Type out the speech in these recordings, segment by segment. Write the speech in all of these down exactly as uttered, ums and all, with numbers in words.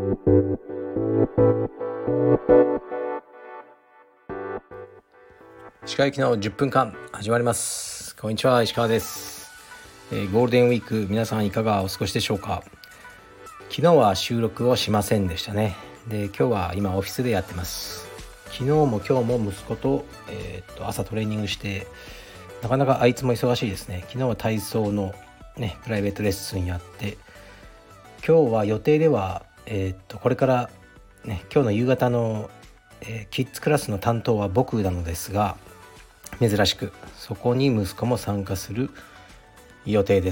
石川行きのじゅっぷんかん始まります。こんにちは、石川です、えー、ゴールデンウィーク皆さんいかがお過ごしでしょうか。昨日は収録をしませんでしたね。で、今日は今オフィスでやってます。昨日も今日も息子と、えー、っと朝トレーニングして、なかなかあいつも忙しいですね。昨日は体操の、ね、プライベートレッスンやって、今日は予定では、えー、っとこれから、ね、今日の夕方の、えー、キッズクラスの担当は僕なのですが、珍しくそこに息子も参加する予定です。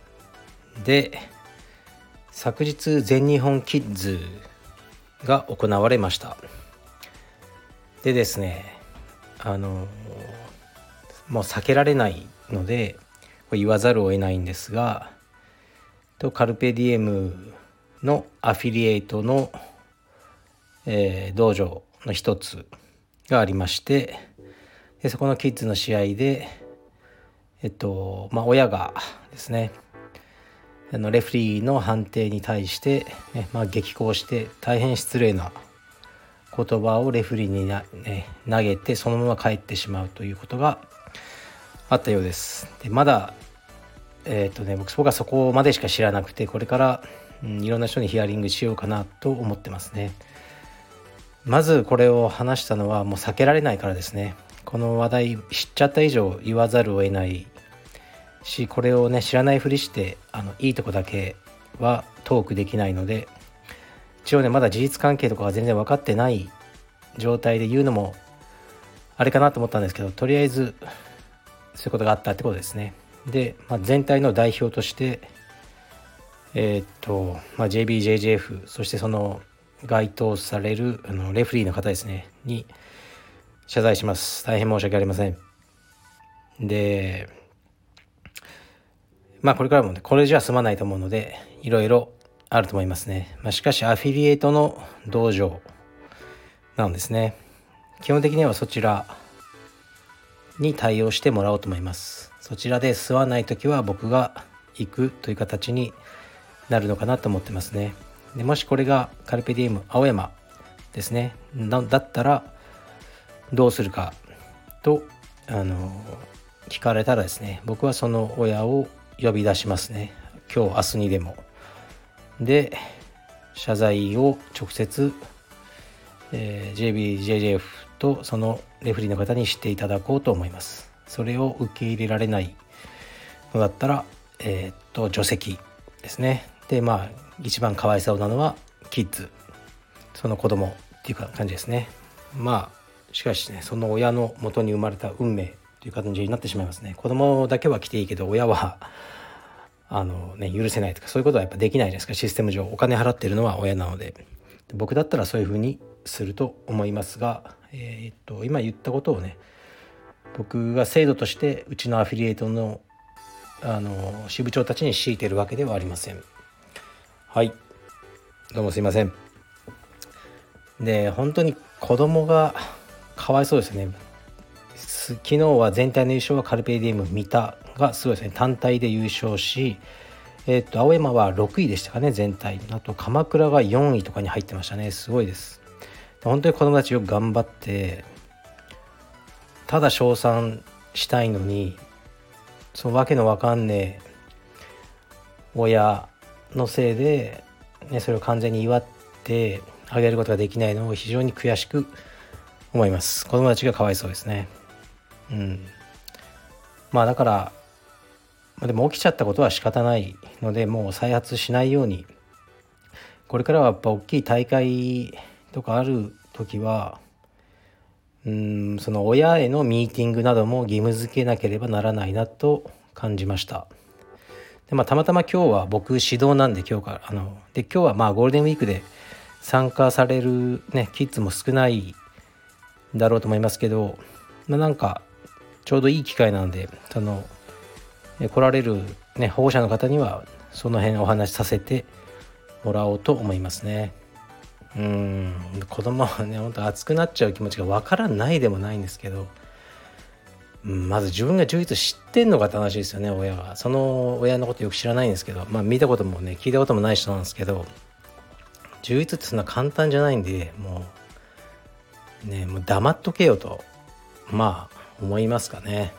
で、昨日全日本キッズが行われました。でですね、あのもう避けられないので言わざるを得ないんですが、とカルペディエムのアフィリエイトの、えー、道場の一つがありまして、でそこのキッズの試合で、えっとまあ、親がですね、あのレフェリーの判定に対して、ねまあ、激高して大変失礼な言葉をレフェリーにな、ね、投げてそのまま帰ってしまうということがあったようです。でまだ、えーっとね、僕はそこまでしか知らなくて、これから、うん、いろんな人にヒアリングしようかなと思ってますね。まずこれを話したのはもう避けられないからですね。この話題知っちゃった以上言わざるを得ないし、これをね知らないふりしてあのいいとこだけはトークできないので、一応ねまだ事実関係とかが全然分かってない状態で言うのもあれかなと思ったんですけど、とりあえずそういうことがあったってことですね。で、まあ、全体の代表としてえー、っと、まあ、ジェイビージェイジェーエフ そしてその該当されるあのレフェリーの方ですねに謝罪します。大変申し訳ありません。でまあこれからもねこれじゃ済まないと思うので、いろいろあると思いますね。まあ、しかしアフィリエイトの道場なんですね。基本的にはそちらに対応してもらおうと思います。そちらで吸わないときは僕が行くという形になるのかなと思ってますね。でもしこれがカルペディエム青山ですねだったらどうするかとあの聞かれたらですね、僕はその親を呼び出しますね。今日明日にでも。で謝罪を直接、えー、ジェイビージェイジェーエフ とそのレフェリーの方に知っていただこうと思います。それを受け入れられないのだったら、えー、っと除籍ですね。でまあ一番かわいそうなのはキッズ、その子供っていう感じですね。まあしかしね、その親の元に生まれた運命という感じになってしまいますね。子供だけは来ていいけど親はあの、ね、許せないとか、そういうことはやっぱできないですか。システム上お金払ってるのは親なので。僕だったらそういうふうにすると思いますが、えー、っと今言ったことをね、僕が制度としてうちのアフィリエイトのあの支部長たちに強いているわけではありません。はい、どうもすいません。で本当に子供がかわいそうですよね。昨日は全体の優勝はカルペディエム三田がすごいですね。単体で優勝し、えー、っと青山はろくいでしたかね、全体。あと鎌倉がよんいとかに入ってましたね。すごいです。本当に子供たちよく頑張って、ただ称賛したいのにそのわけのわかんねえ親のせいで、ね、それを完全に祝ってあげることができないのを非常に悔しく思います。子供たちがかわいそうですね。うん、まあだから、まあ、でも起きちゃったことは仕方ないので、もう再発しないように、これからはやっぱ大きい大会とかある時はうーんその親へのミーティングなども義務付けなければならないなと感じました。で、まあ、たまたま今日は僕指導なんで、今日からあので今日はまあゴールデンウィークで参加される、ね、キッズも少ないだろうと思いますけど、まあ、なんかちょうどいい機会なので、その来られる、ね、保護者の方にはその辺お話しさせてもらおうと思いますね。うーん子供はね本当熱くなっちゃう気持ちがわからないでもないんですけど、うん、まず自分が充実知ってんのかって話ですよね。親がその親のことよく知らないんですけど、まあ見たこともね聞いたこともない人なんですけど、 充実ってそんな簡単じゃないんで、もうねもう黙っとけよとまあ思いますかね。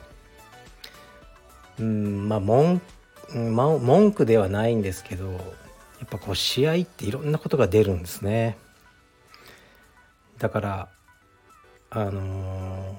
うんまあ文まあ、文句ではないんですけど、やっぱこう試合っていろんなことが出るんですね。だからあのー、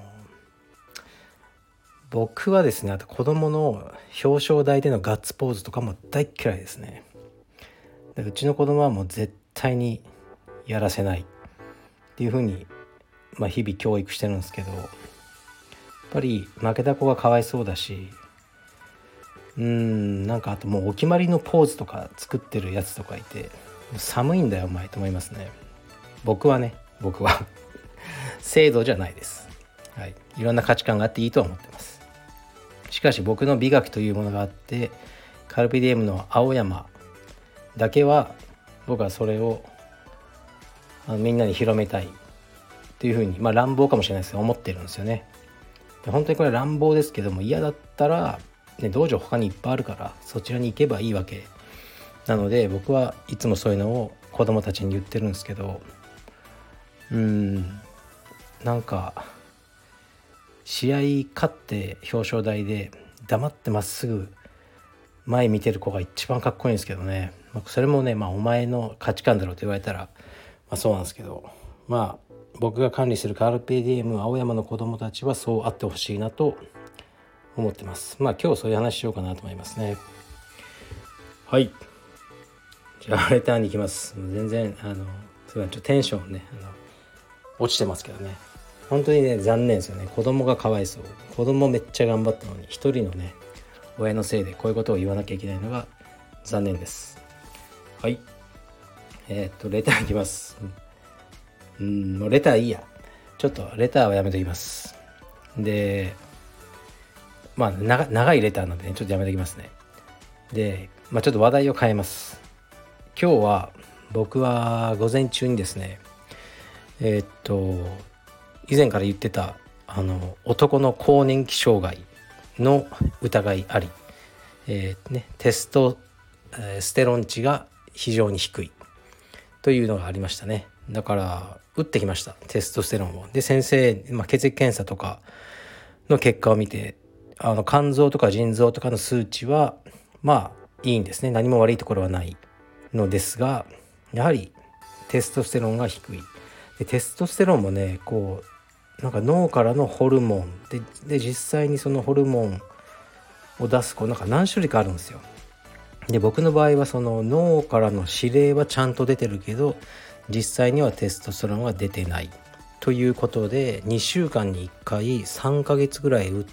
僕はですね、あと子供の表彰台でのガッツポーズとかも大っ嫌いですね。でうちの子供はもう絶対にやらせないっていうふうに、まあ、日々教育してるんですけど、やっぱり負けた子がかわいそうだし、うーんなんかあともうお決まりのポーズとか作ってるやつとかいて、寒いんだよお前と思いますね。僕はね僕は制度じゃないです、はい、いろんな価値観があっていいとは思ってます。しかし僕の美学というものがあって、カルピディエムの青山だけは僕はそれをあのみんなに広めたいっていうふうに、まあ乱暴かもしれないですけど思ってるんですよね。で本当にこれ乱暴ですけども、嫌だったらね、道場他にいっぱいあるからそちらに行けばいいわけなので、僕はいつもそういうのを子供たちに言ってるんですけど、うーんなんか試合勝って表彰台で黙ってまっすぐ前見てる子が一番かっこいいんですけどね、まあ、それもね、まあ、お前の価値観だろうと言われたら、まあ、そうなんですけど、まあ僕が管理するカルペディエム青山の子供たちはそうあってほしいなと思ってます。まあ今日そういう話しようかなと思いますね。はい、じゃあレターに行きます。全然あのすごいちょっとテンションねあの落ちてますけどね、本当にね残念ですよね。子供がかわいそう。子供めっちゃ頑張ったのに一人のね親のせいでこういうことを言わなきゃいけないのが残念です。はい、えー、っとレターいきます。うんもうレターいいや、ちょっとレターはやめときます。でまあ 長, 長いレターなんでねちょっとやめときますね。で、まあ、ちょっと話題を変えます。今日は僕は午前中にですねえー、っと以前から言ってたあの男の更年期障害の疑いあり、えーね、テストステロン値が非常に低いというのがありましたね。だから打ってきました、テストステロンを。で先生、まあ、血液検査とかの結果を見て、あの肝臓とか腎臓とかの数値はまあいいんですね。何も悪いところはないのですが、やはりテストステロンが低い。でテストステロンもねこうなんか脳からのホルモン で, で実際にそのホルモンを出すこうなんか何種類かあるんですよ。で僕の場合はその脳からの指令はちゃんと出てるけど実際にはテストステロンは出てないということで、にしゅうかんにいっかいさんかげつぐらい打って、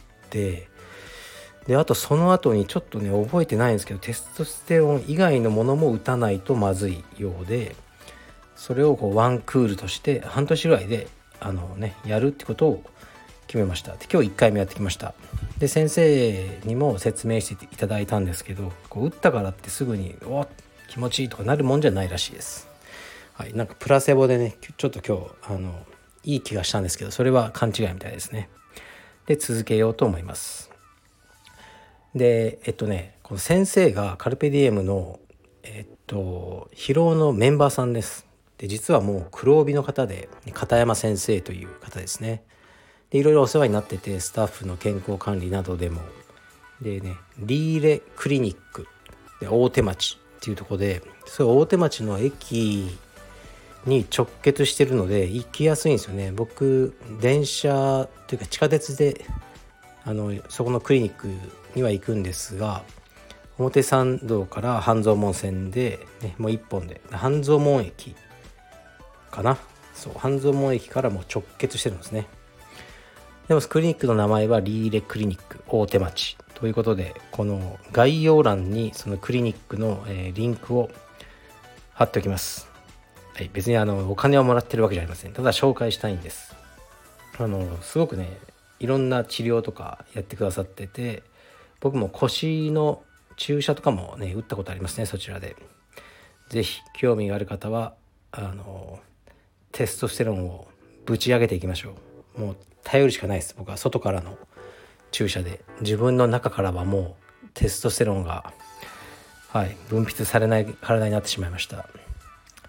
であとその後にちょっとね覚えてないんですけどテストステロン以外のものも打たないとまずいようで、それをこうワンクールとして半年ぐらいであのねやるってことを決めました。で今日いっかいめやってきました。で先生にも説明していただいたんですけど、こう打ったからってすぐにお気持ちいいとかなるもんじゃないらしいです。はい、なんかプラセボでねちょっと今日あのいい気がしたんですけど、それは勘違いみたいですね。で続けようと思います。でえっとねこの先生がカルペディエムのえっと疲労のメンバーさんです。で実はもう黒帯の方で片山先生という方ですね。でいろいろお世話になってて、スタッフの健康管理などでもでねリーレクリニックで大手町っていうところで、それ大手町の駅に直結してるので行きやすいんですよね。僕電車というか地下鉄であのそこのクリニックには行くんですが、表参道から半蔵門線で、ね、もう一本で半蔵門駅かな、そう半蔵門駅からもう直結してるんですね。でもクリニックの名前はリーレクリニック大手町ということで、この概要欄にそのクリニックの、えー、リンクを貼っておきます。はい、別にあのお金をもらってるわけじゃありません。ただ紹介したいんです。あのすごくねいろんな治療とかやってくださってて、僕も腰の注射とかもね打ったことありますね、そちらで。ぜひ興味がある方はあのテストステロンをぶち上げていきましょう。もう頼るしかないです。僕は外からの注射で、自分の中からはもうテストステロンが、はい、分泌されない体になってしまいました。は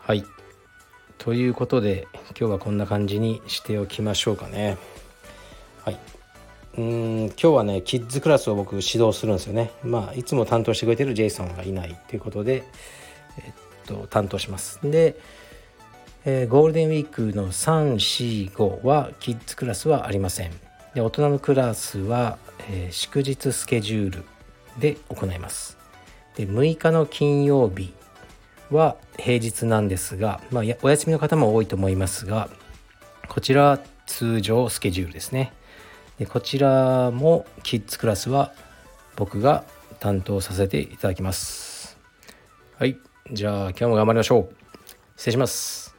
はい、ということで今日はこんな感じにしておきましょうかね。はい、うーん今日はねキッズクラスを僕指導するんですよね。まあいつも担当してくれてるジェイソンがいないということで、えっと担当します。で、えー、ゴールデンウィークのさん、し、ごはキッズクラスはありません。で、大人のクラスは、えー、祝日スケジュールで行います。で、むいかの金曜日は平日なんですが、まあ、お休みの方も多いと思いますが、こちらは通常スケジュールですね。で、こちらもキッズクラスは僕が担当させていただきます。はい、じゃあ今日も頑張りましょう。失礼します。